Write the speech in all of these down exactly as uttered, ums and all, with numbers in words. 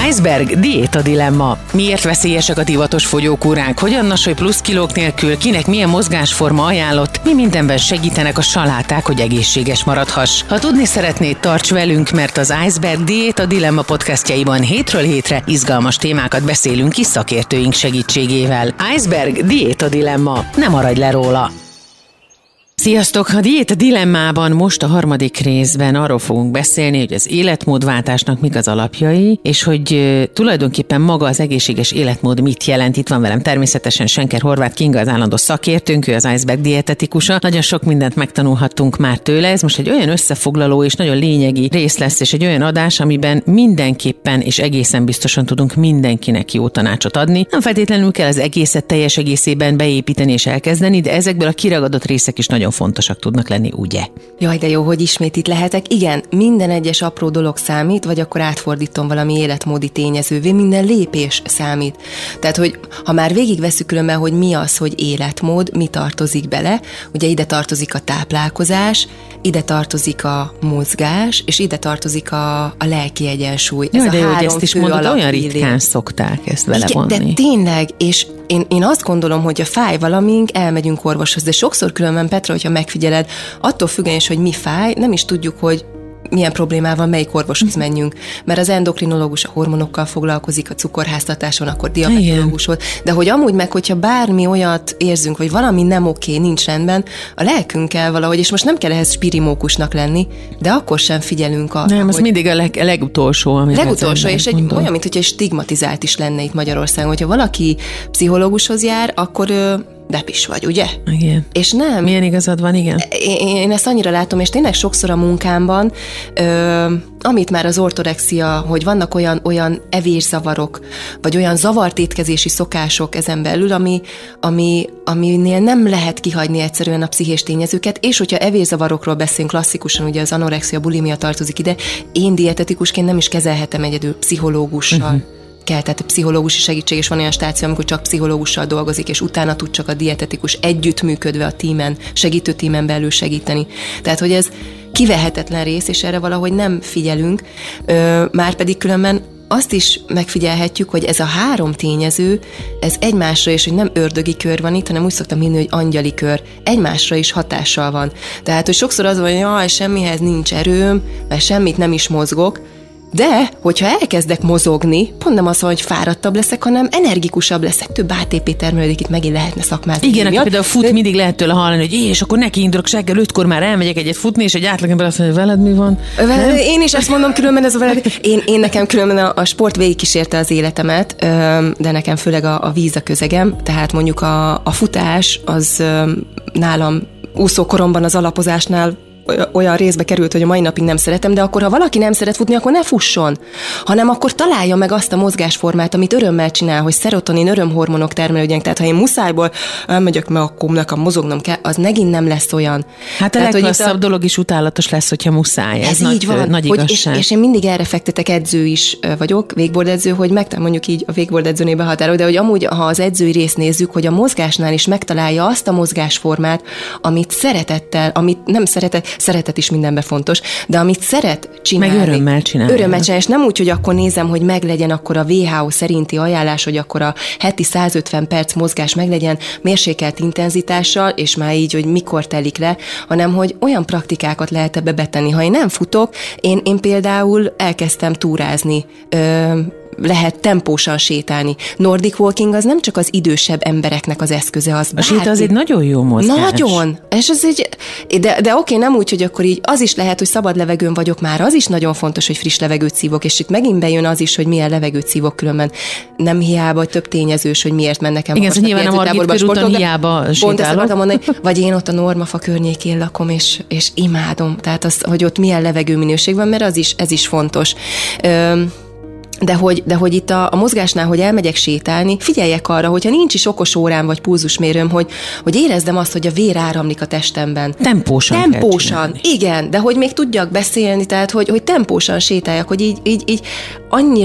Iceberg diéta dilemma. Miért veszélyesek a divatos fogyókúrák? Hogyan nasolj plusz kilók nélkül? Kinek milyen mozgásforma ajánlott? Mi mindenben segítenek a saláták, hogy egészséges maradhass? Ha tudni szeretnéd, tarts velünk, mert az Iceberg diéta dilemma podcastjaiban hétről hétre izgalmas témákat beszélünk ki szakértőink segítségével. Iceberg diéta dilemma. Ne maradj le róla! Sziasztok! A diéta dilemmában most a harmadik részben arról fogunk beszélni, hogy az életmódváltásnak mik az alapjai, és hogy uh, tulajdonképpen maga az egészséges életmód mit jelent. Itt van velem természetesen Senker Horváth Kinga, az állandó szakértőnk, ő az Iceberg dietetikusa. Nagyon sok mindent megtanulhattunk már tőle. Ez most egy olyan összefoglaló és nagyon lényegi rész lesz, és egy olyan adás, amiben mindenképpen és egészen biztosan tudunk mindenkinek jó tanácsot adni. Nem feltétlenül kell az egészet teljes egészében beépíteni és elkezdeni, de ezekből a kiragadott részek is nagyon fontosak tudnak lenni, ugye? Jaj, de jó, hogy ismét itt lehetek. Igen, minden egyes apró dolog számít, vagy akkor átfordítom valami életmódi tényezővé, minden lépés számít. Tehát, hogy ha már végigvesszük különben, hogy mi az, hogy életmód, mi tartozik bele, ugye ide tartozik a táplálkozás, ide tartozik a mozgás, és ide tartozik a, a lelki egyensúly. Jaj, ez de a jó, három hogy ezt is fő mondod, olyan alapillé. ritkán szokták ezt belevonni. Igen, de tényleg, és Én, én azt gondolom, hogy a fáj valamink, elmegyünk orvoshoz, de sokszor különben, Petra, hogyha megfigyeled, attól függően is, hogy mi fáj, nem is tudjuk, hogy milyen problémával melyik orvoshoz menjünk. Mert az endokrinológus a hormonokkal foglalkozik, a cukorháztartáson, akkor diabetológus volt. De hogy amúgy meg, hogyha bármi olyat érzünk, hogy valami nem oké, nincs rendben, a lelkünkkel valahogy, és most nem kell ehhez spirimókusnak lenni, de akkor sem figyelünk arra. Nem, az mindig a leg, legutolsó, amit Legutolsó, és egy, olyan, mint hogy egy stigmatizált is lenne itt Magyarországon. Hogyha valaki pszichológushoz jár, akkor depis vagy, ugye? Igen. És nem. Milyen igazad van, igen? Én, én ezt annyira látom, és tényleg sokszor a munkámban, ö, amit már az ortorexia, hogy vannak olyan, olyan evészavarok, vagy olyan zavart étkezési szokások ezen belül, ami, ami, aminél nem lehet kihagyni egyszerűen a pszichés tényezőket, és hogyha evészavarokról beszélünk klasszikusan, ugye az anorexia, bulimia tartozik ide, én dietetikusként nem is kezelhetem egyedül pszichológussal. Uh-huh. kell, tehát pszichológusi segítség, és van olyan stáció, amikor csak pszichológussal dolgozik, és utána tud csak a dietetikus együttműködve a tímen, segítő tímen belül segíteni. Tehát, hogy ez kivehetetlen rész, és erre valahogy nem figyelünk, már pedig különben azt is megfigyelhetjük, hogy ez a három tényező, ez egymásra is, hogy nem ördögi kör van itt, hanem úgy szoktam hinni, hogy angyali kör, egymásra is hatással van. Tehát, hogy sokszor az van, hogy jaj, semmihez nincs erőm, mert semmit nem is mozgok, de, hogyha elkezdek mozogni, pont nem az, hogy fáradtabb leszek, hanem energikusabb leszek, több á té pé termelődik, itt megint lehetne szakmázni. Igen, aki például fut, de... mindig lehet tőle hallani, hogy és akkor neki indulok reggel ötkor már elmegyek egyet futni, és egy átlagember azt mondja, hogy veled mi van? Veled, én is ezt mondom, különben ez a veled. Én, én nekem különben a, a sport végigkísérte az életemet, de nekem főleg a, a víz a közegem, tehát mondjuk a, a futás az nálam úszókoromban az alapozásnál olyan részbe került, hogy a mai napig nem szeretem, de akkor, ha valaki nem szeret futni, akkor ne fusson, hanem akkor találja meg azt a mozgásformát, amit örömmel csinál, hogy szerotonin, örömhormonok termelődjenek. Tehát, ha én muszájból elmegyek, mert akkor nekem mozognom kell, az megint nem lesz olyan. Hát a legklasszabb a... dolog is utálatos lesz, hogyha muszáj. Ez, ez így nagy, van. nagy hogy, igazság. És, és én mindig erre fektetek, edző is vagyok, wakeboard edző, hogy megtalálom mondjuk így a wakeboard edzőnél behatárol, de hogy amúgy, ha az edzői részt nézzük, hogy a mozgásnál is megtalálja azt a mozgásformát, amit szeretettel, amit nem szeretett, szeretet is mindenben fontos, de amit szeret csinálni. Meg örömmel csinálni. Örömmel csinálni, és nem úgy, hogy akkor nézem, hogy meglegyen akkor a vé há o szerinti ajánlás, hogy akkor a heti százötven perc mozgás meglegyen mérsékelt intenzitással, és már így, hogy mikor telik le, hanem hogy olyan praktikákat lehet ebbe betenni. Ha én nem futok, én, én például elkezdtem túrázni, ö, lehet tempósan sétálni. Nordic walking az nem csak az idősebb embereknek az eszköze, az a séta az egy nagyon jó mozgás. Nagyon. És ez egy, de, de oké, nem úgy, hogy akkor így az is lehet, hogy szabad levegőn vagyok már, az is nagyon fontos, hogy friss levegőt szívok, és itt megint bejön az is, hogy milyen levegőt szívok, különben nem hiába, hogy több tényezős, hogy miért mennek el. Igen, ez nyilván a Margit körúton hiába sétálok. Pont ezt akartam mondani, vagy én ott a Normafa környékén lakom, és, és imádom, tehát az, hogy ott milyen levegőminőség van, mert az is, ez is fontos. Üm, De hogy, de hogy itt a, a mozgásnál, hogy elmegyek sétálni, figyeljek arra, hogyha nincs is okos órám vagy pulzusmérőm, hogy, hogy érezdem azt, hogy a vér áramlik a testemben. Tempósan. Tempósan, igen, de hogy még tudjak beszélni, tehát hogy, hogy tempósan sétáljak, hogy így, így, így annyira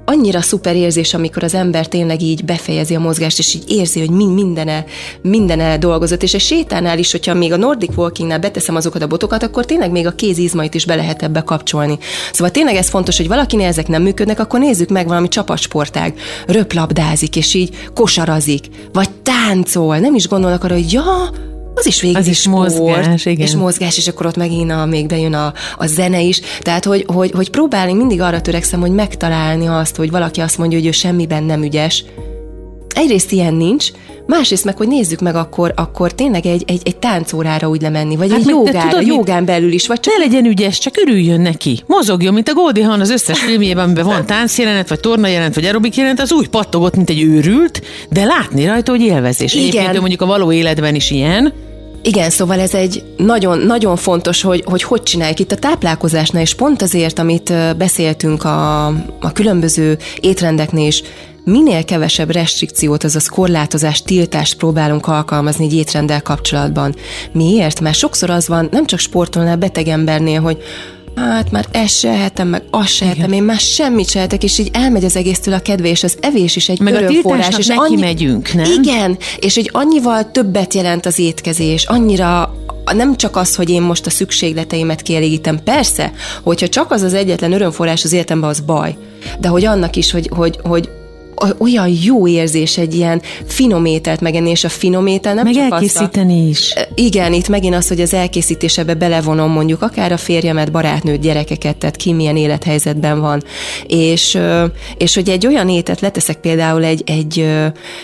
annyira szuper érzés, amikor az ember tényleg így befejezi a mozgást, és így érzi, hogy mindene, mindene dolgozott, és a sétánál is, hogyha még a Nordic Walkingnál beteszem azokat a botokat, akkor tényleg még a kézizmait is be lehet ebbe kapcsolni. Szóval tényleg ez fontos, hogy valakinél ezek nem működnek, akkor nézzük meg valami csapatsportág, röplabdázik, és így kosarazik, vagy táncol, nem is gondolnak arra, hogy ja, az is végig az is sport, mozgás, igen. és mozgás, és akkor ott megint a, még bejön a, a zene is. Tehát, hogy, hogy, hogy próbálni, mindig arra törekszem, hogy megtalálni azt, hogy valaki azt mondja, hogy ő semmiben nem ügyes. Egyrészt ilyen nincs, másrészt meg, hogy nézzük meg akkor, akkor tényleg egy, egy, egy táncórára úgy lemenni, vagy hát egy jogára, tudod, jogán belül is. Vagy csak ne legyen ügyes, csak örüljön neki. Mozogjon, mint a Goldie Hawn az összes filmjében, amiben van táncjelenet, vagy tornajelenet, vagy aerobik jelenet, az úgy pattogott, mint egy őrült, de látni rajta, hogy élvezés. Egyébként mondjuk a való életben is ilyen. Igen, szóval ez egy nagyon, nagyon fontos, hogy, hogy hogy csináljuk itt a táplálkozásnál, és pont azért, amit beszéltünk a, a különböző étrendeknél is, minél kevesebb restrikciót, azaz korlátozást, tiltást próbálunk alkalmazni egy étrenddel kapcsolatban. Miért? Mert sokszor az van, nem csak sportolnál, beteg embernél, hogy hát már ezt se ehetem, meg azt se ehetem, én már semmit se ehetek, és így elmegy az egésztől a kedve, és az evés is egy örömforrás. És neki annyi... megyünk, nem? Igen, és hogy annyival többet jelent az étkezés, annyira nem csak az, hogy én most a szükségleteimet kielégítem. Persze, hogyha csak az az egyetlen örömforrás az életemben, az baj. De hogy annak is, hogy, hogy, hogy olyan jó érzés egy ilyen finom ételt megenni, és a finom étel nem meg csak elkészíteni a... is. Igen, itt megint az, hogy az elkészítésebe belevonom mondjuk akár a férjemet, barátnőt, gyerekeket, tehát ki milyen élethelyzetben van. És, és hogy egy olyan ételt leteszek például egy, egy ö,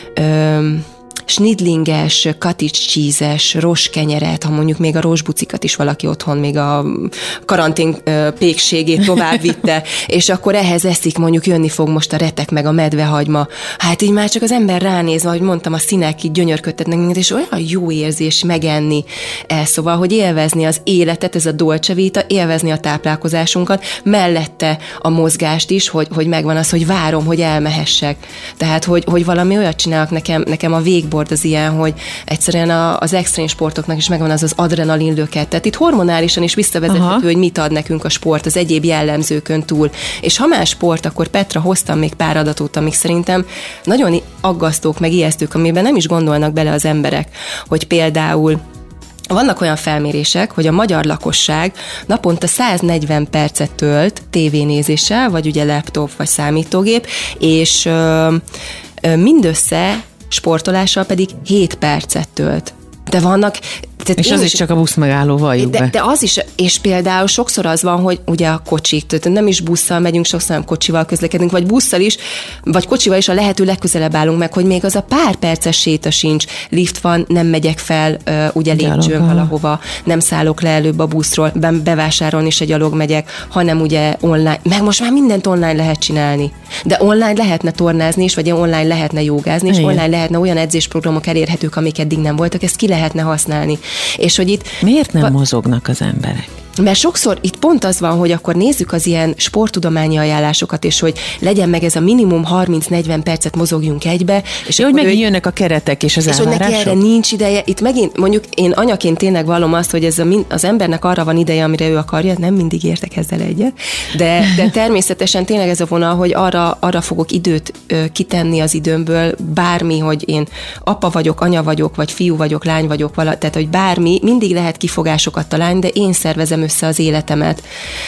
ö, snidlinges, cottage cheese-es roskenyeret, ha mondjuk még a rosbucikat is valaki otthon még a karantén pékségét tovább vitte, és akkor ehhez eszik, mondjuk jönni fog most a retek meg a medvehagyma. Hát így már csak az ember ránéz, ahogy mondtam, a színek így gyönyörködtetnek minket, és olyan jó érzés megenni el. Szóval, hogy élvezni az életet, ez a dolce vita, élvezni a táplálkozásunkat, mellette a mozgást is, hogy, hogy megvan az, hogy várom, hogy elmehessek. Tehát, hogy, hogy valami olyat csinálok nekem, nekem a vég az ilyen, hogy egyszerűen a, az extrém sportoknak is megvan az az adrenalin löket. Tehát itt hormonálisan is visszavezethető, aha, hogy mit ad nekünk a sport az egyéb jellemzőkön túl. És ha más sport, akkor Petra, hoztam még pár adatot, amik szerintem nagyon aggasztók, meg ijesztők, amiben nem is gondolnak bele az emberek, hogy például vannak olyan felmérések, hogy a magyar lakosság naponta száznegyven percet tölt tévénézéssel, vagy ugye laptop, vagy számítógép, és ö, ö, mindössze sportolással pedig hét percet tölt. De vannak... És az is csak a busz megállóval juk de, be. de az is, és például sokszor az van, hogy ugye a kocsik, tehát nem is busszal megyünk, sokszor nem kocsival közlekedünk, vagy busszal is, vagy kocsival is a lehető legközelebb állunk meg, hogy még az a pár perces séta sincs, lift van, nem megyek fel, ugye lépcsőn valahova, nem szállok le előbb a buszról, bevásárolni is egy gyalog megyek, hanem ugye online, meg most már mindent online lehet csinálni. De online lehetne tornázni is, vagy online lehetne jogázni, és igen, online lehetne olyan edzésprogramok elérhetők, amik eddig nem voltak, ezt ki lehetne használni. És hogy itt... Miért nem va- mozognak az emberek? Mert sokszor itt pont az van, hogy akkor nézzük az ilyen sporttudományi ajánlásokat, és hogy legyen meg ez a minimum harminc-negyven percet mozogjunk egybe. És jó, hogy megint ő, jönnek a keretek és az és elvárások. És hogy neki erre nincs ideje. Itt megint mondjuk én anyaként tényleg vallom azt, hogy ez a, az embernek arra van ideje, amire ő akarja, nem mindig értek ezzel egyet, de, de természetesen tényleg ez a vonal, hogy arra, arra fogok időt ö, kitenni az időmből, bármi, hogy én apa vagyok, anya vagyok, vagy fiú vagyok, lány vagyok, vala, tehát hogy bármi, mindig lehet kifogásokat találni, de én szervezem össze az életemet,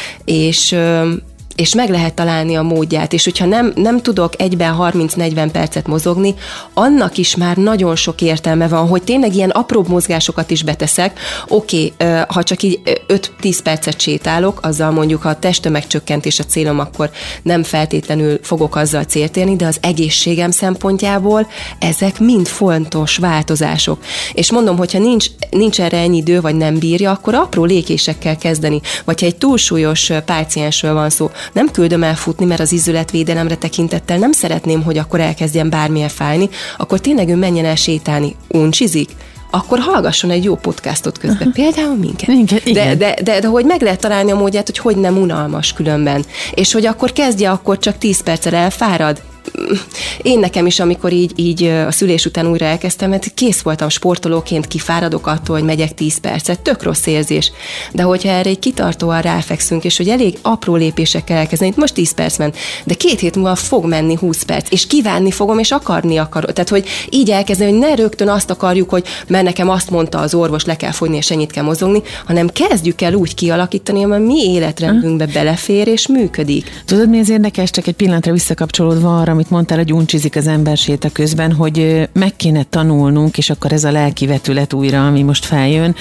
és, és meg lehet találni a módját, és hogyha nem, nem tudok egyben harminc-negyven percet mozogni, annak is már nagyon sok értelme van, hogy tényleg ilyen apróbb mozgásokat is beteszek. Oké, okay, ha csak így öt-tíz percet sétálok, azzal mondjuk a testtömegcsökkentés a célom, akkor nem feltétlenül fogok azzal célt érni, de az egészségem szempontjából ezek mind fontos változások. És mondom, hogyha nincs, nincs erre ennyi idő, vagy nem bírja, akkor apró lékésekkel kezdeni. Vagy ha egy túlsúlyos páciensről van szó, nem küldöm el futni, mert az izületvédelemre tekintettel nem szeretném, hogy akkor elkezdjen bármilyen fájni, akkor tényleg ő menjen el sétálni. Uncsizik? Akkor hallgasson egy jó podcastot közben, például minket. minket de, de, de, de hogy meg lehet találni a módját, hogy hogy nem unalmas különben. És hogy akkor kezdje, akkor csak tíz perccel elfárad, én nekem is, amikor így, így a szülés után újra elkezdtem, mert kész voltam sportolóként, kifáradok attól, hogy megyek tíz percet, tök rossz érzés. De hogyha erre egy kitartóan ráfekszünk, és hogy elég apró lépésekkel elkezdeni, itt most tíz perc ment, de két hét múlva fog menni húsz perc, és kívánni fogom, és akarni akarok. Tehát, hogy így elkezdeni, hogy ne rögtön azt akarjuk, hogy mert nekem azt mondta az orvos, le kell fogyni, és ennyit kell mozogni, hanem kezdjük el úgy kialakítani, hogy mi életrendünkbe belefér, és működik. Tudod, mi az érdekes, csak egy pillanatra visszakapcsolódva arra, amit mondtál, hogy uncsizik az ember séta közben, hogy meg kéne tanulnunk, és akkor ez a lelki vetület újra, ami most feljön,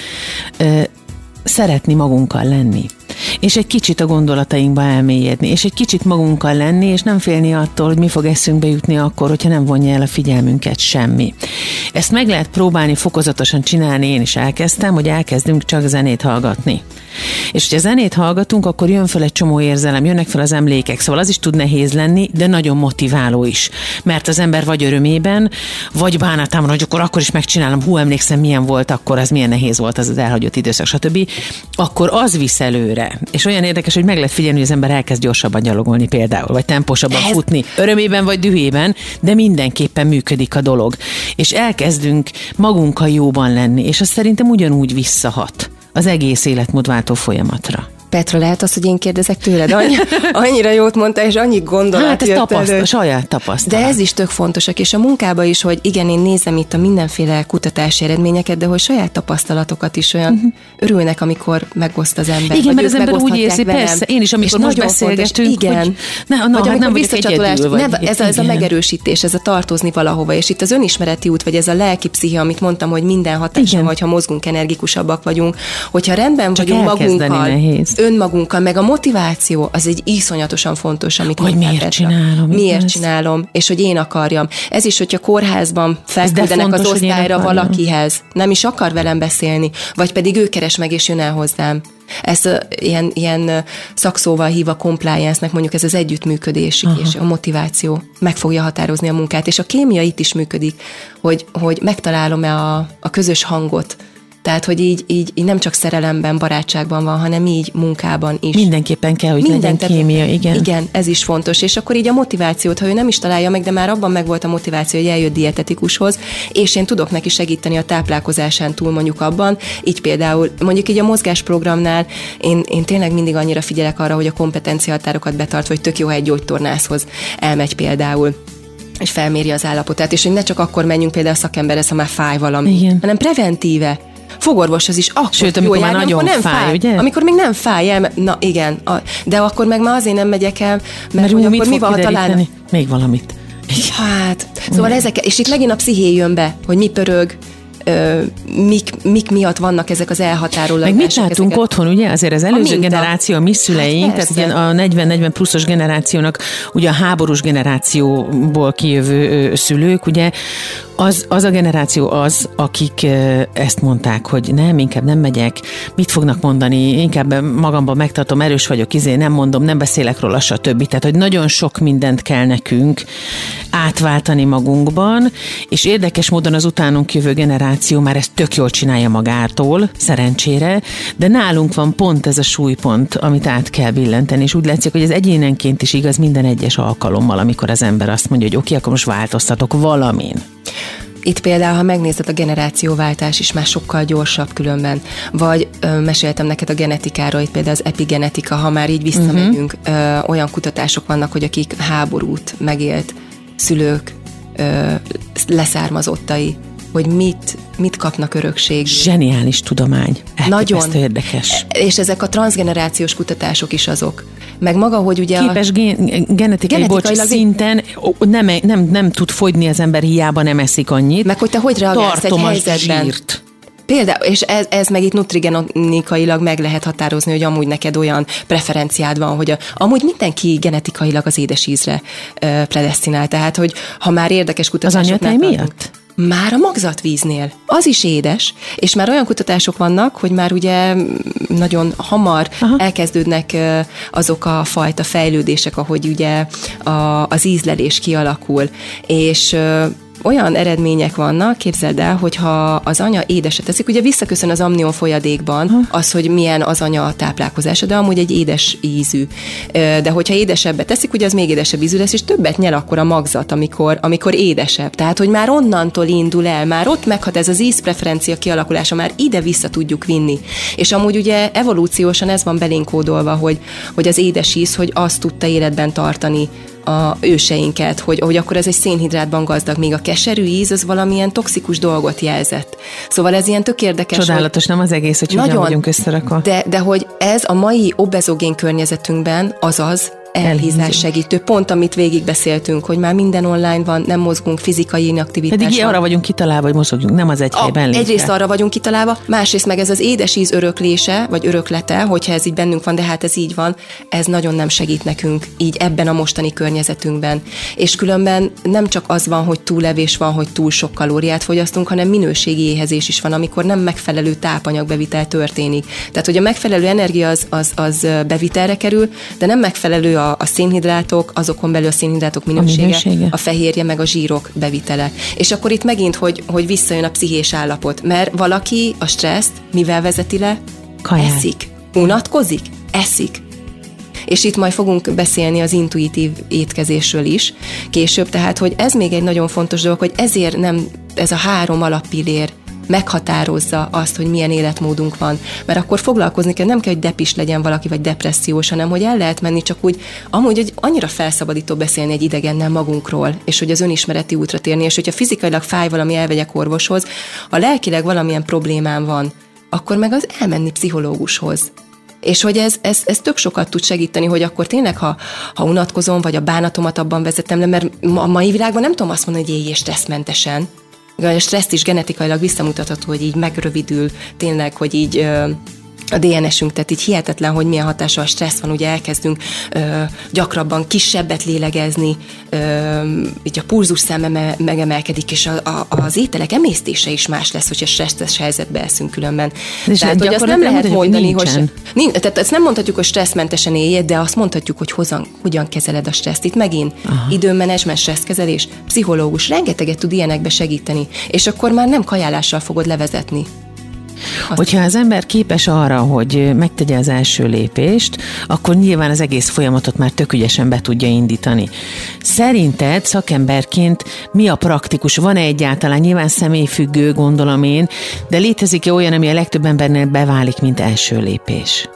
szeretni magunkkal lenni. És egy kicsit a gondolatainkba elmélyedni, és egy kicsit magunkkal lenni, és nem félni attól, hogy mi fog eszünkbe jutni akkor, hogyha nem vonja el a figyelmünket semmi. Ezt meg lehet próbálni fokozatosan csinálni, én is elkezdtem, hogy elkezdünk csak zenét hallgatni. És hogyha zenét hallgatunk, akkor jön fel egy csomó érzelem, jönnek fel az emlékek, szóval az is tud nehéz lenni, de nagyon motiváló is. Mert az ember vagy örömében, vagy bánatában, hogy akkor, akkor is megcsinálom, hú, emlékszem, milyen volt akkor, az milyen nehéz volt az az elhagyott időszak, stb. Akkor az visz előre. És olyan érdekes, hogy meg lehet figyelni, hogy az ember elkezd gyorsabban gyalogolni például, vagy temposabban Ez... futni, örömében vagy dühében, de mindenképpen működik a dolog. És elkezdünk magunkkal jóban lenni, és az szerintem ugyanúgy visszahat az egész életmódváltó folyamatra. Petra, lehet az, hogy én kérdezek tőled? Annyi, annyira jót mondta, és annyi gondolat hát ez jött tapasztal, elő. saját tapasztalat. De ez is tök fontosak, és a munkában is, hogy igen, én nézem itt a mindenféle kutatási eredményeket, de hogy saját tapasztalatokat is olyan uh-huh. örülnek, amikor megoszt az ember. Igen, mert az ember úgy érzi, velem. Persze, én is, amikor most beszélgetünk, fontos, igen, hogy ne, na, vagy hát nem visszacsatolás, egyedül, ne, ez, a, ez a megerősítés, ez a tartozni valahova, és itt az önismereti út, vagy ez a lelki psziché, amit mondtam, hogy minden hatáson, vagy ha mozgunk, energikusabbak vagyunk, hogyha rendben Csak vagyunk magunkkal, nehéz. önmagunkkal, meg a motiváció, az egy iszonyatosan fontos, amit hogy miért Petra. csinálom. Miért ez? csinálom, és hogy én akarjam. Ez is, hogyha kórházban felküldenek az osztályra valakihez, nem is akar velem beszélni, vagy pedig ő keres meg, és jön el hozzám. Ez uh, ilyen, ilyen szakszóval hív a compliance-nek, mondjuk ez az együttműködés, Aha. és a motiváció meg fogja határozni a munkát, és a kémia itt is működik, hogy, hogy megtalálom-e a, a közös hangot. Tehát, hogy így, így, így nem csak szerelemben, barátságban van, hanem így munkában is. Mindenképpen kell, hogy Minden legyen kémia, igen. Igen, ez is fontos. És akkor így a motivációt, ha ő nem is találja meg, de már abban megvolt a motiváció, hogy eljött dietetikushoz, és én tudok neki segíteni a táplálkozásán túl mondjuk abban. Így például, mondjuk így a mozgásprogramnál én, én tényleg mindig annyira figyelek arra, hogy a kompetenciahatárokat betart, vagy tök jó, ha egy gyógytornászhoz elmegy például, és felméri az állapotát, és hogy ne csak akkor menjünk például a szakemberhez, ha már fáj valami, igen. hanem preventíve. Fogorvoshoz is akkor Sőt, amikor járni, már nagyon amikor nem fáj, fáj, ugye? Amikor még nem fáj el, na igen, a, de akkor meg már azért nem megyek el, mert, mert hogy jó, akkor mi van, ha találnak? Még valamit. Hát, szóval ezek, és itt megint a psziché jön be, hogy mi pörög, Ö, mik, mik miatt vannak ezek az elhatárolások. Meg mit látunk ezeket? Otthon, ugye? Azért az előző a generáció, a mi szüleink, hát tehát ugye a negyven-negyven pluszos generációnak, ugye a háborús generációból kijövő ö, szülők, ugye az, az a generáció az, akik ö, ezt mondták, hogy nem, inkább nem megyek, mit fognak mondani, inkább magamban megtartom, erős vagyok, izé, nem mondom, nem beszélek róla, stb. Tehát, hogy nagyon sok mindent kell nekünk átváltani magunkban, és érdekes módon az utánunk jövő generáció már ezt tök jól csinálja magától, szerencsére, de nálunk van pont ez a súlypont, amit át kell billenteni, és úgy látszik, hogy ez egyénenként is igaz minden egyes alkalommal, amikor az ember azt mondja, hogy oké, okay, akkor most változtatok valamin. Itt például, ha megnézed, a generációváltás is már sokkal gyorsabb különben. Vagy ö, meséltem neked a genetikáról, itt például az epigenetika, ha már így visszamegyünk, uh-huh. ö, olyan kutatások vannak, hogy akik háborút megélt szülők, ö, leszármazottai, hogy mit, mit kapnak örökség. Zseniális tudomány. Nagyon érdekes. És ezek a transzgenerációs kutatások is azok. Meg maga, hogy ugye... Képes gen- genetikai bocs szinten nem, nem, nem tud fogyni az ember, hiába nem eszik annyit. Meg hogy te hogy reagálsz egy helyzetben. Zsírt. Például, és ez, ez meg itt nutrigenikailag meg lehet határozni, hogy amúgy neked olyan preferenciád van, hogy a, amúgy mindenki genetikailag az édes ízre uh, predesztinál. Tehát, hogy ha már érdekes kutatások... Az anyatej miatt? Már a magzatvíznél. Az is édes, és már olyan kutatások vannak, hogy már ugye nagyon hamar Aha. elkezdődnek azok a fajta fejlődések, ahogy ugye a, az ízlelés kialakul, és olyan eredmények vannak, képzeld el, hogyha az anya édeset teszik, ugye visszaköszön az amnion folyadékban ha. az, hogy milyen az anya táplálkozása, de amúgy egy édes ízű. De hogyha édesebbet teszik, ugye az még édesebb ízű lesz, és többet nyel akkor a magzat, amikor, amikor édesebb. Tehát, hogy már onnantól indul el, már ott meghat ez az ízpreferencia kialakulása, már ide vissza tudjuk vinni. És amúgy ugye evolúciósan ez van belénk kódolva, hogy, hogy az édes íz, hogy azt tudta életben tartani a őseinket, hogy, hogy akkor ez egy szénhidrátban gazdag, míg a keserű íz az valamilyen toxikus dolgot jelzett. Szóval ez ilyen tök érdekes. Csodálatos, hogy nem az egész, hogy hogyan vagyunk összerakva. De, de hogy ez a mai obezogén környezetünkben, azaz elhízás segítő. Pont, amit végigbeszéltünk, hogy már minden online van, nem mozgunk, fizikai inaktivitás. Pedig arra vagyunk kitalálva, hogy mozogjunk, nem az egy helyben létre. Egyrészt arra vagyunk kitalálva, másrészt meg ez az édes íz öröklése, vagy öröklete, hogyha ez így bennünk van, de hát ez így van, ez nagyon nem segít nekünk így ebben a mostani környezetünkben. És különben nem csak az van, hogy túlevés van, hogy túl sok kalóriát fogyasztunk, hanem minőségi éhezés is van, amikor nem megfelelő tápanyagbevitel történik. Tehát, hogy a megfelelő energia az, az, az bevitelre kerül, de nem megfelelő a A, a szénhidrátok, azokon belül a szénhidrátok minősége, a, minősége, a fehérje, meg a zsírok bevitele. És akkor itt megint, hogy, hogy visszajön a pszichés állapot, mert valaki a stresszt mivel vezeti le? Kaján. Eszik. Unatkozik? Eszik. És itt majd fogunk beszélni az intuitív étkezésről is később, tehát, hogy ez még egy nagyon fontos dolog, hogy ezért nem ez a három alappillér meghatározza azt, hogy milyen életmódunk van. Mert akkor foglalkozni kell, nem kell, hogy depis legyen valaki, vagy depressziós, hanem hogy el lehet menni csak úgy, amúgy hogy annyira felszabadító beszélni egy idegennel magunkról, és hogy az önismereti útra térni, és hogyha fizikailag fáj valami, elvegyek orvoshoz, ha lelkileg valamilyen problémám van, akkor meg az elmenni pszichológushoz. És hogy ez, ez, ez tök sokat tud segíteni, hogy akkor tényleg, ha, ha unatkozom, vagy a bánatomat abban vezetem le, mert a mai világban nem tudom azt mondani, hogy éljél stresszmentesen. A stresszt is genetikailag visszamutatható, hogy így megrövidül, tényleg, hogy így ö, a dé en es-ünk, tehát így hihetetlen, hogy milyen hatása a stressz van, ugye elkezdünk ö, gyakrabban kisebbet lélegezni, ö, így a pulzusszám eme, megemelkedik, és a, a, az ételek emésztése is más lesz, hogyha stresszes helyzetbe eszünk különben. És tehát, hogy azt nem lehet mondani, hogy, hogy nincs, tehát ezt nem mondhatjuk, hogy stresszmentesen éljél, de azt mondhatjuk, hogy hozan, hogyan kezeled a stresszt. Itt megint aha. időmenedzsment, stresszkezelés, pszichológus, rengeteget tud ilyenekbe segíteni, és akkor már nem kajálással fogod levezetni. Azt Hogyha az ember képes arra, hogy megtegye az első lépést, akkor nyilván az egész folyamatot már tök ügyesen be tudja indítani. Szerinted szakemberként mi a praktikus? Van-e egyáltalán, nyilván személyfüggő, gondolom én, de létezik-e olyan, ami a legtöbb embernél beválik, mint első lépés?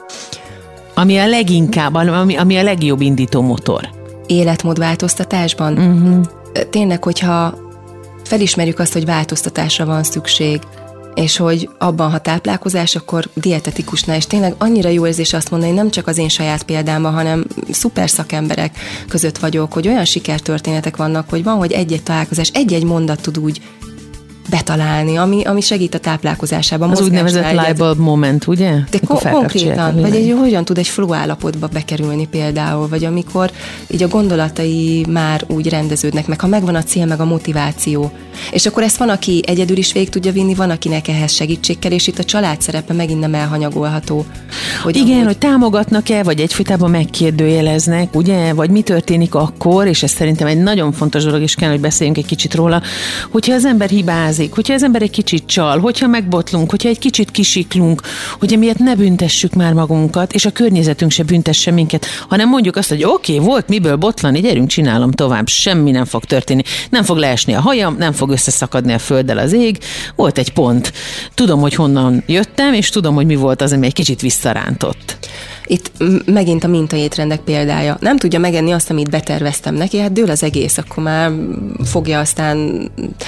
Ami a leginkább, ami, ami a legjobb indító motor? Életmódváltoztatásban? Uh-huh. Tényleg, hogyha felismerjük azt, hogy változtatásra van szükség, és hogy abban, ha táplálkozás, akkor dietetikusnál, és tényleg annyira jó érzés azt mondani, nem csak az én saját példámban, hanem szuper szakemberek között vagyok, hogy olyan sikertörténetek vannak, hogy van, hogy egy-egy találkozás, egy-egy mondat tud úgy betalálni, ami, ami segít a táplálkozásában. Az úgynevezett light bulb moment, ugye? De ko- konkrétan, vagy egy, hogyan tud egy flow állapotba bekerülni például, vagy amikor így a gondolatai már úgy rendeződnek meg, ha megvan a cél, meg a motiváció. És akkor ezt van, aki egyedül is végig tudja vinni, van, akinek ehhez segítség kell, és itt a család szerepe megint nem elhanyagolható. Hogy igen, ahogy... hogy támogatnak-e, vagy egyfolytában megkérdőjeleznek, ugye? Vagy mi történik akkor, és ez szerintem egy nagyon fontos dolog, és kell, hogy beszéljünk egy kicsit róla, hogyha az ember hibázik, hogyha az ember egy kicsit csal, hogyha megbotlunk, hogyha egy kicsit kisiklunk, hogy emiatt ne büntessük már magunkat, és a környezetünk se büntesse minket, hanem mondjuk azt, hogy oké, okay, volt miből botlani, gyerünk, csinálom tovább, semmi nem fog történni, nem fog leesni a hajam, nem fog összeszakadni a földdel az ég, volt egy pont. Tudom, hogy honnan jöttem, és tudom, hogy mi volt az, ami egy kicsit visszarántott. Itt megint a mintaétrendek példája. Nem tudja megenni azt, amit beterveztem neki, hát dől az egész, akkor már fogja aztán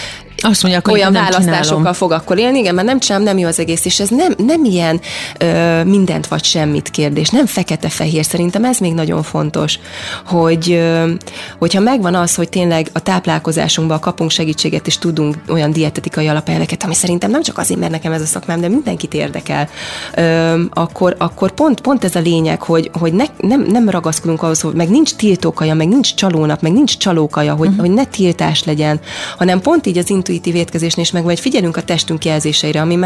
azt mondja, akkor olyan választásokkal csinálom. Fog akkor élni, igen, mert nem csinálom, nem jó az egész, és ez nem, nem ilyen ö, mindent vagy semmit kérdés, nem fekete-fehér, szerintem ez még nagyon fontos, hogy ö, hogyha megvan az, hogy tényleg a táplálkozásunkban kapunk segítséget, és tudunk olyan dietetikai alapelveket, ami szerintem nem csak azért, mert nekem ez a szakmám, de mindenkit érdekel, ö, akkor, akkor pont, pont ez a lényeg, hogy, hogy ne, nem, nem ragaszkodunk ahhoz, hogy meg nincs tiltókaja, meg nincs csalónap, meg nincs csalókaja, hogy, uh-huh. hogy ne tiltás legyen, hanem pont így az intuitív étkezésnél is meg, vagy figyelünk a testünk jelzéseire, ami már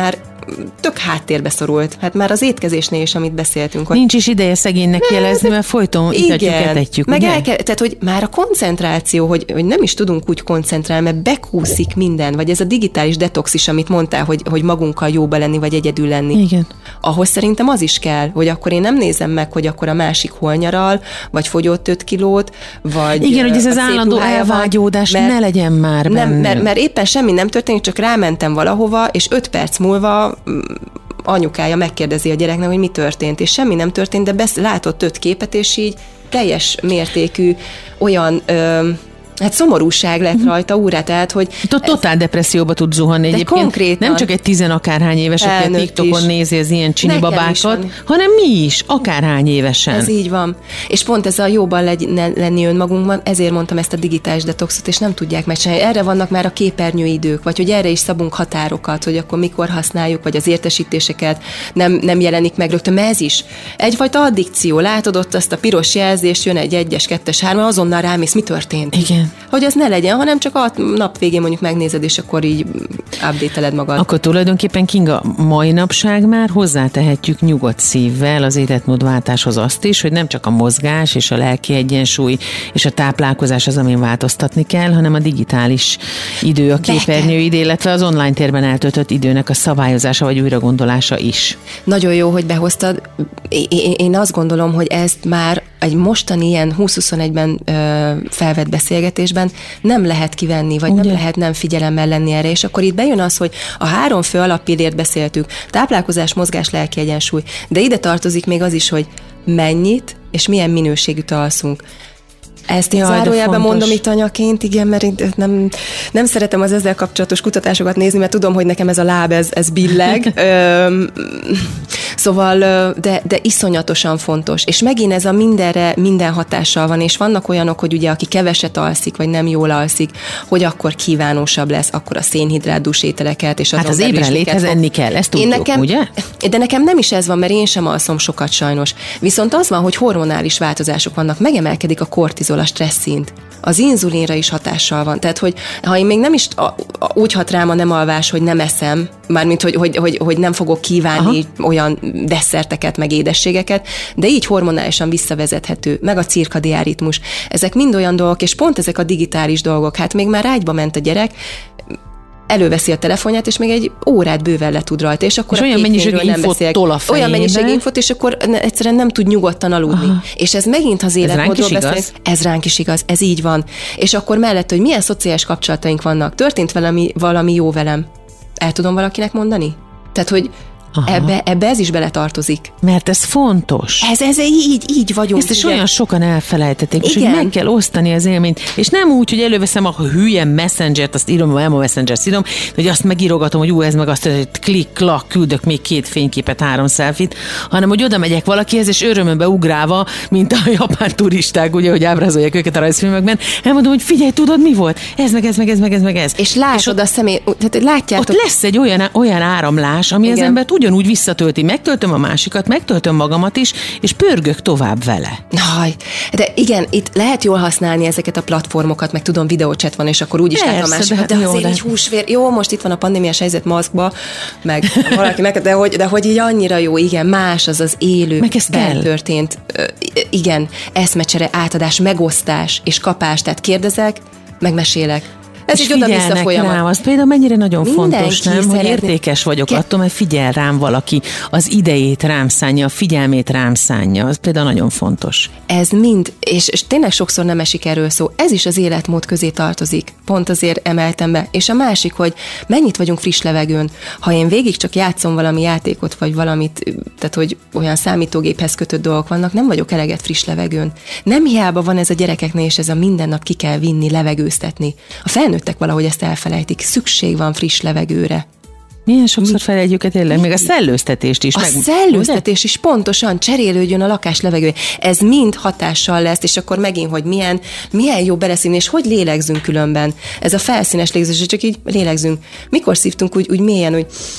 tök háttérbe szorult. Hát már az étkezésnél is, amit beszéltünk. Nincs is ideje szegénynek jelezni, mert folyton itatjuk, etetjük. Meg el kell, tehát, hogy már a koncentráció, hogy, hogy nem is tudunk úgy koncentrálni, mert bekúszik minden, vagy ez a digitális detox is, amit mondtál, hogy, hogy magunkkal jóba lenni, vagy egyedül lenni. Igen. Ahhoz szerintem az is kell, hogy akkor én nem nézem meg, hogy akkor a másik hol nyaral, vagy fogyott öt kilót, vagy igen, hogy ez az állandó elvágyódás van, ne legyen már nem, mert, mert éppen semmi nem történik, csak rámentem valahova, és öt perc múlva anyukája megkérdezi a gyereknek, hogy mi történt, és semmi nem történt, de besz- látott öt képet, és így teljes mértékű olyan... Ö, Hát szomorúság lett rajta úrá, tehát, hogy... Totál depresszióba tud zuhanni egyébként. Konkrétan. Nem csak egy tizenakárhány éves, aki a TikTokon nézi az ilyen csini Nekem babákat, hanem mi is, akárhány évesen. Ez így van. És pont ez a jóban legy, ne, lenni önmagunkban, ezért mondtam ezt a digitális detoxot, és nem tudják megcsinálni. Erre vannak már a képernyőidők, vagy hogy erre is szabunk határokat, hogy akkor mikor használjuk, vagy az értesítéseket nem, nem jelenik meg rögtön, mert ez is egyfajta addikció. Látod ott azt a piros jelzést, jön egy egyes, kettes, hármas, azonnal rámész, mi történt? Igen. Hogy az ne legyen, hanem csak a nap végén mondjuk megnézed, és akkor így update-eled magad. Akkor tulajdonképpen, Kinga, mai napság már hozzátehetjük nyugodt szívvel az életmódváltáshoz azt is, hogy nem csak a mozgás és a lelki egyensúly és a táplálkozás az, amin változtatni kell, hanem a digitális idő, a képernyőidő, illetve az online térben eltöltött időnek a szabályozása vagy újragondolása is. Nagyon jó, hogy behoztad. Én azt gondolom, hogy ezt már egy mostani ilyen húsz-huszonegyben ö, felvett beszélgetésben nem lehet kivenni, vagy Ugye? nem lehet nem figyelemmel lenni erre, és akkor itt bejön az, hogy a három fő alappillért beszéltük, táplálkozás, mozgás, lelki egyensúly, de ide tartozik még az is, hogy mennyit és milyen minőségűt alszunk. Ezt én zárójelben mondom itt anyaként, igen, mert nem, nem szeretem az ezzel kapcsolatos kutatásokat nézni, mert tudom, hogy nekem ez a láb, ez, ez billeg. Öm, szóval, de, de iszonyatosan fontos. És megint ez a mindenre, minden hatással van, és vannak olyanok, hogy ugye aki keveset alszik, vagy nem jól alszik, hogy akkor kívánósabb lesz, akkor a szénhidrátdús ételeket, és hát az ébrenléthez enni kell, ezt tudjuk, nekem, ugye? De nekem nem is ez van, mert én sem alszom sokat sajnos. Viszont az van, hogy hormonális változások vannak, megemelkedik a kortizol, a stressz szint. Az inzulinra is hatással van. Tehát, hogy ha én még nem is a, a, úgy hat rám a nem alvás, hogy nem eszem, mármint, hogy, hogy, hogy, hogy nem fogok kívánni Aha. olyan desszerteket, meg édességeket, de így hormonálisan visszavezethető, meg a cirkadián ritmus. Ezek mind olyan dolgok, és pont ezek a digitális dolgok. Hát még már ágyba ment a gyerek, előveszi a telefonját, és még egy órát bőven le tud rajta, és akkor és olyan mennyiségű infót tol a fejébe. Olyan mennyiségű infót, és akkor egyszerűen nem tud nyugodtan aludni. Aha. És ez megint az életmódról beszélünk. Ez ránk is igaz, ez így van. És akkor mellett, hogy milyen szociális kapcsolataink vannak, történt valami, valami jó velem. El tudom valakinek mondani? Tehát, hogy Ebbe, ebbe ez is beletartozik. Mert ez fontos. Ez, ez így, így vagyunk. Ezt is ugye? Olyan sokan elfelejtették, és hogy meg kell osztani az élményt. És nem úgy, hogy előveszem a hülye Messengert, azt írom, nem a Messengert írom, hogy azt megírogatom, hogy ú, ez meg azt, hogy klik, klak, küldök még két fényképet, három selfit, hanem hogy oda megyek valakihez, és örömömbe ugrálva, mint a japán turisták, ugye, hogy ábrázolják őket a rajzfilmekben, elmondom, hogy figyelj, tudod, mi volt? Ez meg ez, meg ez, meg ez, meg ez. És látod a személy, tehát látjátok. Ott lesz egy olyan, olyan áramlás, ami Igen. az embert ugyanúgy visszatölti. Megtöltöm a másikat, megtöltöm magamat is, és pörgök tovább vele. Haj, de igen, itt lehet jól használni ezeket a platformokat, meg tudom, videóchat van, és akkor úgyis látom a másikat, de, de azért így húsvér, jó, most itt van a pandémiás helyzet maszkba, meg valaki meg, de hogy, de hogy így annyira jó, igen, más az az élő, történt, igen, eszmecsere, átadás, megosztás és kapás, tehát kérdezek, megmesélek. Ez így oda-vissza folyamat. Rám, az például mennyire nagyon Mindenki fontos, nem, szeretné. Hogy értékes vagyok Ke- attól, mert figyel rám valaki, az idejét rám szánja, a figyelmét rám szánja, az például nagyon fontos. Ez mind, és, és tényleg sokszor nem esik erről szó, ez is az életmód közé tartozik, pont azért emeltem be. És a másik, hogy mennyit vagyunk friss levegőn. Ha én végig csak játszom valami játékot, vagy valamit, tehát hogy olyan számítógéphez kötött dolgok vannak, nem vagyok eleget friss levegőn. Nem hiába van ez a gyerekeknél, és ez a minden nap ki kell vinni, levegőztetni. A felnőttek valahogy ezt elfelejtik. Szükség van friss levegőre. Milyen sokszor felejtjük el tényleg, még a szellőztetést is. A meg, szellőztetés ugye? Is pontosan cserélődjön a lakás levegője. Ez mind hatással lesz, és akkor megint, hogy milyen, milyen jó beleszívni, és hogy lélegzünk különben. Ez a felszínes légzés, csak így lélegzünk. Mikor szívtunk úgy, úgy mélyen, úgy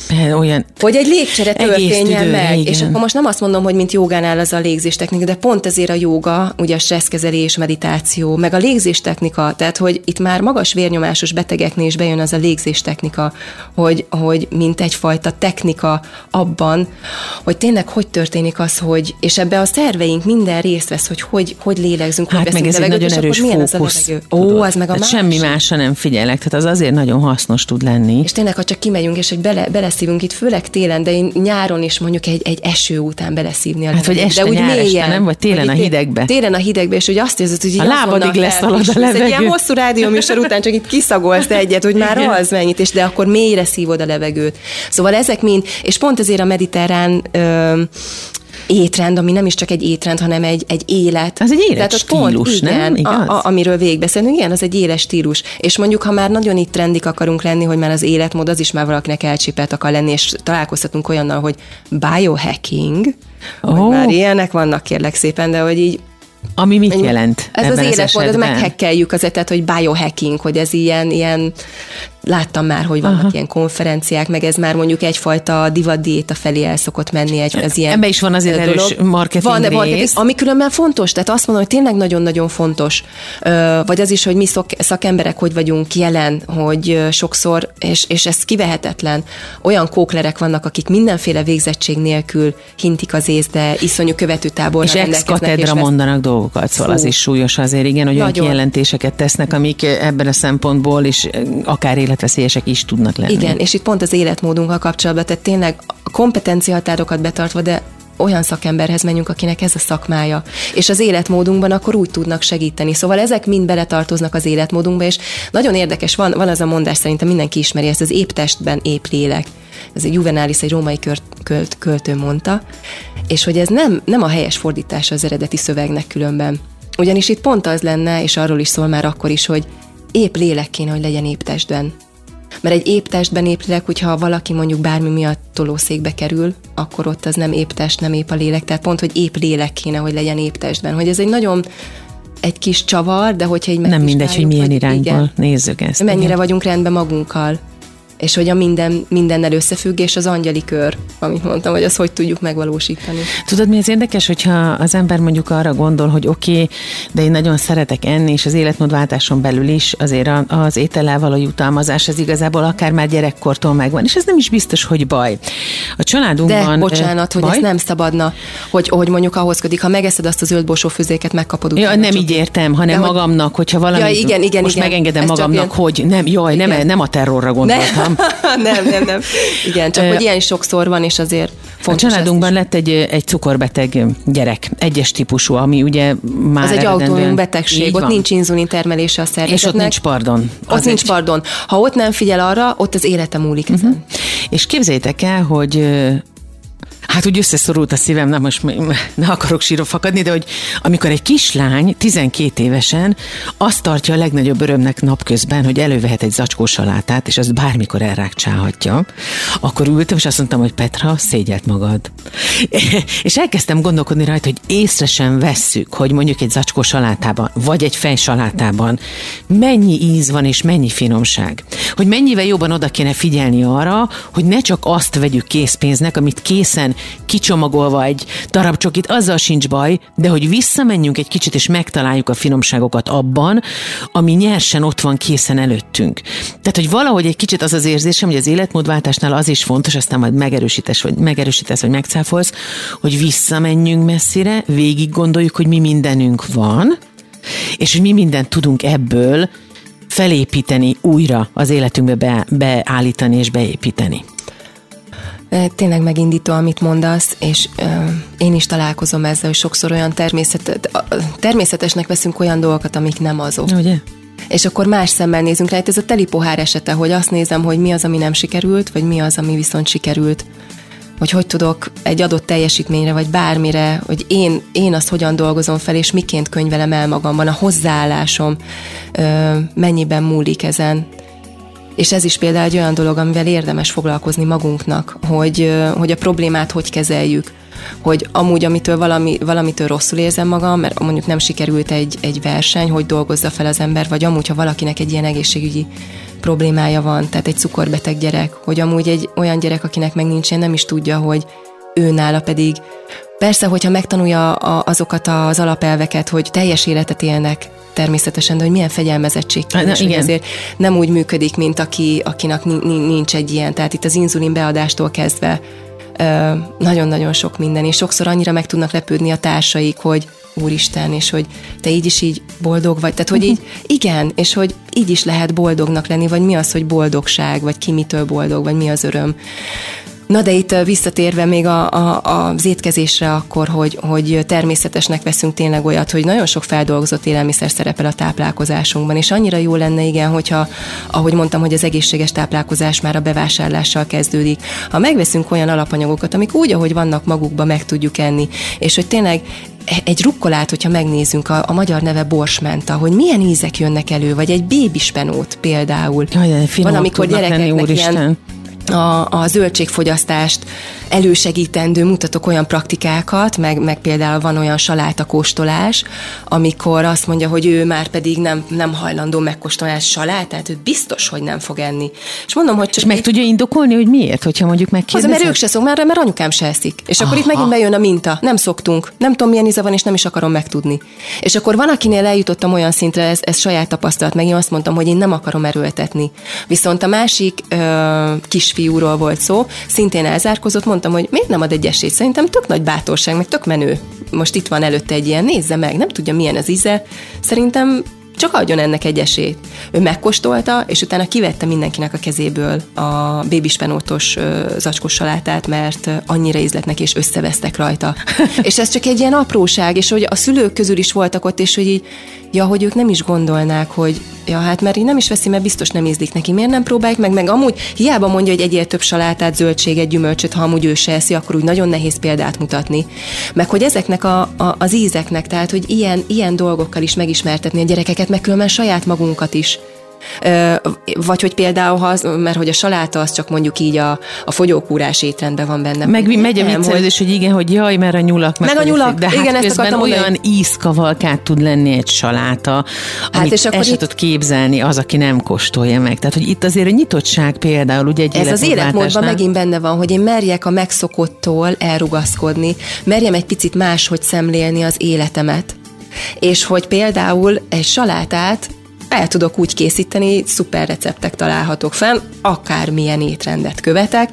olyan hogy egy légcsere történjen tüdő, meg. igen. És akkor most nem azt mondom, hogy mint jogánál az a légzéstechnika, de pont ezért a jóga, ugye a stresszkezelés, meditáció, meg a légzéstechnika, tehát hogy itt már magas vérnyomásos betegeknél is bejön az a légzéstechnika, hogy, hogy mint egyfajta technika abban, hogy tényleg hogy történik az, hogy, és ebbe a szerveink minden részt vesz, hogy hogy, hogy lélegzünk, hát hogy meg ez egy levegőt, nagyon erős fókusz. Ó, az meg a másik. Semmi másra nem figyelek, tehát az azért nagyon hasznos tud lenni. És tényleg, ha csak kimegyünk, és egy bele, beleszívunk itt, főleg télen, de én nyáron is mondjuk egy, egy eső után beleszívni a hát, vagy este, de úgy nyár mélyen, este, nem? Vagy télen vagy a hidegbe. Télen a hidegbe, és hogy azt érzed, hogy a lábadig leszalad a levegő. Egy ilyen hosszú rádióműsor után csak itt kiszagolsz egyet, hogy már igen. Az mennyit, és de akkor mélyre szívod a levegőt. Szóval ezek mind, és pont ezért a mediterrán ö, étrend, ami nem is csak egy étrend, hanem egy, egy élet. Az egy élet stílus, pont, nem? Igen, a, a, amiről végigbeszélünk, igen, az egy éles stílus. És mondjuk, ha már nagyon itt trendik akarunk lenni, hogy már az életmód, az is már valakinek elcsépelt akar lenni, és találkoztatunk olyannal, hogy biohacking, oh. hogy már ilyenek vannak, kérlek szépen, de hogy így ami mit jelent? Ez az életmód, az meghekkeljük az etet, hogy biohacking, hogy ez ilyen, ilyen láttam már, hogy vannak aha. ilyen konferenciák, meg ez már mondjuk egyfajta divatdiéta felé el szokott menni. Egy, az ilyen ebben is van azért dolog. Erős marketing van, rész. Marketing, ami különben fontos, tehát azt mondom, hogy tényleg nagyon-nagyon fontos. Vagy az is, hogy mi szakemberek hogy vagyunk jelen, hogy sokszor, és, és ez kivehetetlen, olyan kóklerek vannak, akik mindenféle végzettség nélkül hintik az ész, de iszonyú követőtáborra rendelkeznek. És ex-katedra mondanak dolgokat, szóval Fú. Az is súlyos azért, igen, hogy olyan kijelentéseket tesznek, amik ebben a szempontból is akár életveszélyesek is tudnak lenni. Igen, és itt pont az életmódunkkal kapcsolatban, tehát tényleg a kompetenciahatárokat betartva, de olyan szakemberhez menjünk, akinek ez a szakmája. És az életmódunkban akkor úgy tudnak segíteni. Szóval ezek mind beletartoznak az életmódunkba, és nagyon érdekes, van, van az a mondás, szerintem mindenki ismeri ezt, az épp testben épp lélek. Ez egy Juvenális, egy római költ, költ, költő mondta, és hogy ez nem, nem a helyes fordítása az eredeti szövegnek különben. Ugyanis itt pont az lenne, és arról is szól már akkor is, hogy épp lélek kéne, hogy legyen épp testben. Mert egy épp testben épp lélek, hogyha valaki mondjuk bármi miatt tolószékbe kerül, akkor ott az nem épp test, nem épp a lélek. Tehát pont, hogy épp lélek kéne, hogy legyen épp testben. Hogy ez egy nagyon egy kis csavar, de hogyha egy nem mindegy, hogy milyen hogy irányból igen, nézzük ezt. Mennyire igen. vagyunk rendben magunkkal. És hogy a minden, mindennel összefügg, és az angyali kör, amit mondtam, hogy azt hogy tudjuk megvalósítani. Tudod, mi az érdekes, hogyha az ember mondjuk arra gondol, hogy oké, okay, de én nagyon szeretek enni, és az életmódváltáson belül is azért az étellel való jutalmazás, ez igazából akár már gyerekkortól megvan, és ez nem is biztos, hogy baj. A családunkban... De bocsánat, hogy baj? Ez nem szabadna, hogy, hogy mondjuk ahhoz ködik, ha megeszed azt a zöld borsófőzéket, megkapod utána. Ja, nem így értem, hanem de magamnak, hogyha valami... Ja, igen, igen, most igen, megengedem magamnak, hogy nem, jaj, nem, nem a terrorra gondoltam. nem, nem, nem. Igen, csak hogy ilyen sokszor van, és azért fontos. A családunkban lett egy, egy cukorbeteg gyerek, egyes típusú, ami ugye már... Az egy autoimmun betegség, ott nincs inzulin termelése a szervezetnek. És ott nincs pardon. Ott nincs egy... pardon. Ha ott nem figyel arra, ott az élete múlik ezen. Uh-huh. És képzeljétek el, hogy... Hát úgy összeszorult a szívem, na most ne akarok sírva fakadni, de hogy amikor egy kislány tizenkét évesen azt tartja a legnagyobb örömnek napközben, hogy elővehet egy zacskó salátát, és azt bármikor elrákcsálhatja, akkor ültem, és azt mondtam, hogy Petra, szégyelt magad. És elkezdtem gondolkodni rajta, hogy észre sem vesszük, hogy mondjuk egy zacskó salátában, vagy egy fejsalátában mennyi íz van, és mennyi finomság. Hogy mennyivel jobban oda kéne figyelni arra, hogy ne csak azt vegyük készpénznek, amit készen kicsomagolva egy darab csokit, azzal sincs baj, de hogy visszamenjünk egy kicsit, és megtaláljuk a finomságokat abban, ami nyersen ott van készen előttünk. Tehát, hogy valahogy egy kicsit az az érzésem, hogy az életmódváltásnál az is fontos, aztán majd megerősítesz, vagy megerősítesz, vagy megcáfolsz, hogy visszamenjünk messzire, végig gondoljuk, hogy mi mindenünk van, és hogy mi mindent tudunk ebből felépíteni, újra az életünkbe be, beállítani és beépíteni. Tényleg megindító, amit mondasz, és ö, én is találkozom ezzel, hogy sokszor olyan természet, természetesnek veszünk olyan dolgokat, amik nem azok. Ugye? És akkor más szemmel nézünk rá. Ez a teli pohár esete, hogy azt nézem, hogy mi az, ami nem sikerült, vagy mi az, ami viszont sikerült. Hogy hogy tudok egy adott teljesítményre, vagy bármire, hogy én, én azt hogyan dolgozom fel, és miként könyvelem el magamban, a hozzáállásom ö, mennyiben múlik ezen. És ez is például egy olyan dolog, amivel érdemes foglalkozni magunknak, hogy, hogy a problémát hogy kezeljük, hogy amúgy, amitől valami, valamitől rosszul érzem magam, mert mondjuk nem sikerült egy, egy verseny, hogy dolgozza fel az ember, vagy amúgy, ha valakinek egy ilyen egészségügyi problémája van, tehát egy cukorbeteg gyerek, hogy amúgy egy olyan gyerek, akinek meg nincsen, nem is tudja, hogy ő nála pedig. Persze, hogyha megtanulja azokat az alapelveket, hogy teljes életet élnek, természetesen, de hogy milyen fegyelmezettség kell, és azért nem úgy működik, mint aki, akinek nincs egy ilyen. Tehát itt az inzulin beadástól kezdve nagyon-nagyon sok minden, és sokszor annyira meg tudnak lepődni a társaik, hogy úristen, és hogy te így is így boldog vagy. Tehát, hogy így, igen, és hogy így is lehet boldognak lenni, vagy mi az, hogy boldogság, vagy ki mitől boldog, vagy mi az öröm. Na de itt visszatérve még a, a, az étkezésre akkor, hogy, hogy természetesnek veszünk tényleg olyat, hogy nagyon sok feldolgozott élelmiszer szerepel a táplálkozásunkban, és annyira jó lenne, igen, hogyha, ahogy mondtam, hogy az egészséges táplálkozás már a bevásárlással kezdődik. Ha megveszünk olyan alapanyagokat, amik úgy, ahogy vannak magukba, meg tudjuk enni, és hogy tényleg egy rukkolát, hogyha megnézzünk, a, a magyar neve borsmenta, hogy milyen ízek jönnek elő, vagy egy bébispenót például. Jaj, van, amikor gyerekeknek ilyen A, a zöldségfogyasztást elősegítendő mutatok olyan praktikákat, meg, meg például van olyan salátakóstolás, amikor azt mondja, hogy ő már pedig nem, nem hajlandó megkóstolni salátát, ő biztos, hogy nem fog enni. És mondom, hogy csak... És meg így... tudja indokolni, hogy miért, hogyha mondjuk megkérdezed? Az, mert ők se szok, mert, mert anyukám se eszik. És akkor Aha. itt megint bejön a minta. Nem szoktunk. Nem tudom, milyen íze van, és nem is akarom megtudni. És akkor van, akinél eljutottam olyan szintre, ez, ez saját tapasztalat, meg én azt mondtam, hogy én nem akarom erőltetni. Viszont a másik ö, kisfiúról volt szó, szintén elzárkozott, mondtam, hogy miért nem ad egy esélyt? Szerintem tök nagy bátorság, meg tök menő. Most itt van előtte egy ilyen, nézze meg, nem tudja, milyen az íze. Szerintem csak adjon ennek egy esélyt. Ő megkóstolta, és utána kivette mindenkinek a kezéből a bébispenótos zacskós salátát, mert annyira ízlett neki, és összevesztek rajta. És ez csak egy ilyen apróság, és hogy a szülők közül is voltak ott, és hogy így, ja, hogy ők nem is gondolnák, hogy ja, hát mert így nem is veszi, mert biztos nem ízlik neki. Miért nem próbáljuk meg? Meg amúgy hiába mondja, hogy egyél több salátát, zöldséget, gyümölcsöt, ha amúgy ő se eszi, akkor úgy nagyon nehéz példát mutatni. Meg hogy ezeknek a, a, az ízeknek, tehát hogy ilyen, ilyen dolgokkal is megismertetni a gyerekeket, meg különben saját magunkat is. Vagy hogy például, ha az, mert hogy a saláta az csak mondjuk így a, a fogyókúrás étrendben van benne. Meg megy a viccelődés, hogy igen, hogy jaj, mert a nyulak meg, meg a nyulak, de igen, hát ezt közben olyan mondani. Ízkavalkát tud lenni egy saláta, hát amit és el sem itt... tud képzelni az, aki nem kóstolja meg. Tehát, hogy itt azért a nyitottság például, ugye egy ez az életmódban megint benne van, hogy én merjek a megszokottól elrugaszkodni, merjem egy picit máshogy szemlélni az életemet. És hogy például egy salátát el tudok úgy készíteni, szuper receptek találhatók fenn, akármilyen étrendet követek,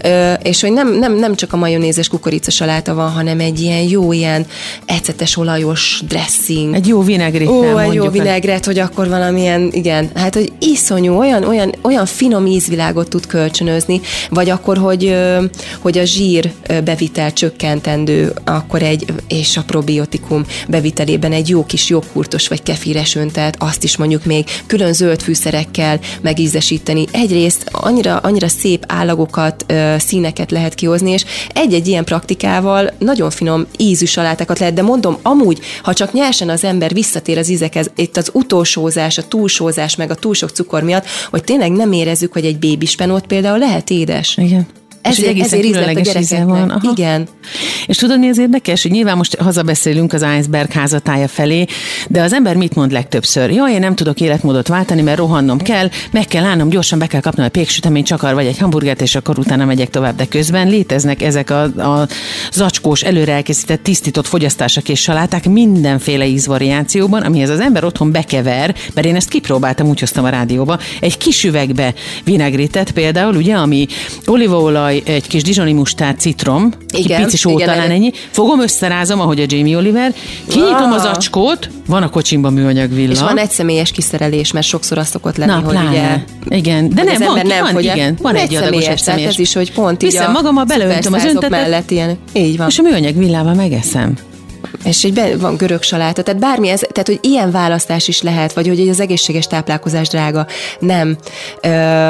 és hogy nem, nem, nem csak a majonézes kukoricasaláta van, hanem egy ilyen jó, ilyen ecetes, olajos dressing. Egy jó vinegret. Ó, egy jó vinegret, hogy akkor valamilyen, igen, hát, hogy iszonyú, olyan, olyan, olyan finom ízvilágot tud kölcsönözni, vagy akkor, hogy, hogy a zsír bevitel csökkentendő, akkor egy, és a probiotikum bevitelében egy jó kis joghurtos vagy kefíres öntet, azt is mondjuk még külön zöld fűszerekkel megízesíteni. Egyrészt annyira, annyira szép állagokat, színeket lehet kihozni, és egy-egy ilyen praktikával nagyon finom ízű salátákat lehet, de mondom, amúgy, ha csak nyersen az ember visszatér az ízekhez, itt az utolsózás, a túlsózás, meg a túl sok cukor miatt, hogy tényleg nem érezzük, hogy egy bébispenót például lehet édes. Igen. Ezért, ezért ízlett a gyerekeknek. Igen. És tudod, mi az érdekes, hogy nyilván most hazabeszélünk az iceberg házatája felé, de az ember mit mond legtöbbször? Jaj, én nem tudok életmódot váltani, mert rohannom kell, meg kell állnom, gyorsan be kell kapnom egy péksüteményt, csakar vagy egy hamburgert, és akkor utána megyek tovább. De közben léteznek ezek a, a zacskós, előre elkészített, tisztított fogyasztások és saláták mindenféle ízvariációban, amihez az ember otthon bekever, mert én ezt kipróbáltam, úgy hoztam a rádióba, egy kis üvegbe vinegretet például, ugye, ami olívaolaj, egy kis dizsoni mustárd, citrom, igen, pici só, talán ennyi. Fogom, összerázom, ahogy a Jamie Oliver, kinyitom az acskót, van a kocsimban műanyag villa. És van egy személyes kiszerelés, mert sokszor az szokott lenni, na, hogy pláne. Ugye... Igen, de nem, van, nem van, igen, van egy adagos egy személyes. Ez is, hogy pont így viszem magammal, belöntöm az öntetet, mellett ilyen. Így van. És a műanyag villával megeszem. És egy be, van görög saláta, tehát bármi ez, tehát hogy ilyen választás is lehet, vagy hogy az egészséges táplálkozás drága, nem. Ö,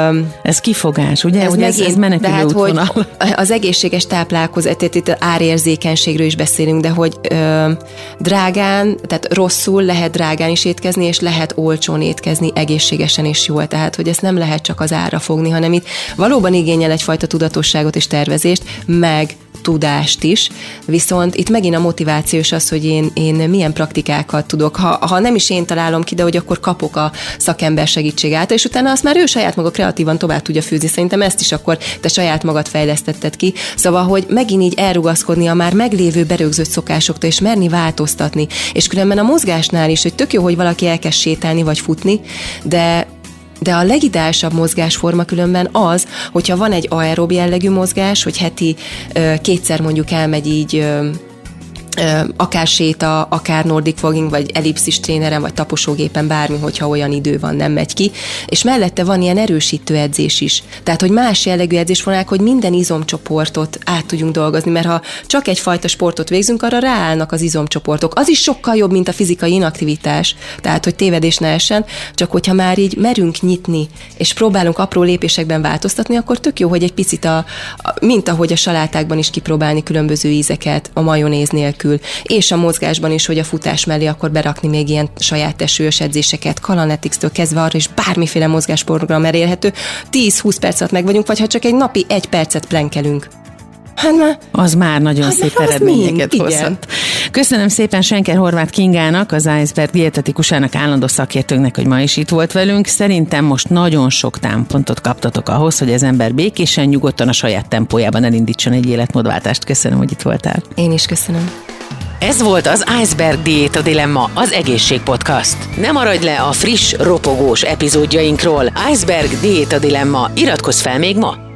ez kifogás, ugye? Ez, ugye megint, ez, ez menekülő útvonal. Hogy az egészséges táplálkozás, tehát itt árérzékenységről is beszélünk, de hogy ö, drágán, tehát rosszul lehet drágán is étkezni, és lehet olcsón étkezni, egészségesen és jól, tehát hogy ezt nem lehet csak az árra fogni, hanem itt valóban igényel egyfajta tudatosságot és tervezést, meg tudást is, viszont itt megint a motivációs az, hogy én, én milyen praktikákat tudok, ha, ha nem is én találom ki, de hogy akkor kapok a szakember segítség által, és utána azt már ő saját maga kreatívan tovább tudja fűzni. Szerintem ezt is akkor te saját magad fejlesztetted ki. Szóval, hogy megint így elrugaszkodni a már meglévő berögzött szokásoktól, és merni változtatni. És különben a mozgásnál is, hogy tök jó, hogy valaki elkezd sétálni vagy futni, de De a legideálisabb mozgásforma különben az, hogyha van egy aerob jellegű mozgás, hogy heti ö, kétszer mondjuk elmegy így ö, akár séta, akár nordic walking, vagy ellipszis tréneren, vagy taposógépen, bármi, hogyha olyan idő van, nem megy ki. És mellette van ilyen erősítő edzés is. Tehát, hogy más jellegű edzésformák, hogy minden izomcsoportot át tudjunk dolgozni, mert ha csak egyfajta sportot végzünk, arra ráállnak az izomcsoportok. Az is sokkal jobb, mint a fizikai inaktivitás. Tehát, hogy tévedés ne essen, csak hogyha már így merünk nyitni, és próbálunk apró lépésekben változtatni, akkor tök jó, hogy egy picit a, a mint ahogy a salátákban is kipróbálni különböző ízeket, a majonéz nélkül, és a mozgásban is, hogy a futás mellé akkor berakni még ilyen saját tesős edzéseket, Kalanetics-től kezdve arra is bármiféle mozgásprogram elérhető. tíz-húsz perc alatt meg vagyunk, vagy ha csak egy napi egy percet plenkelünk. Hát már, az már nagyon hát szép eredményeket hozhat. Köszönöm szépen Senker Horváth Kingának, az Iceberg dietetikusának, állandó szakértőnknek, hogy ma is itt volt velünk. Szerintem most nagyon sok támpontot kaptatok ahhoz, hogy az ember békésen, nyugodtan a saját tempójában elindítson egy életmódváltást. Köszönöm, hogy itt voltál. Én is köszönöm. Ez volt az Iceberg Diéta Dilemma, az Egészség Podcast. Ne maradj le a friss, ropogós epizódjainkról. Iceberg Diéta Dilemma. Iratkozz fel még ma!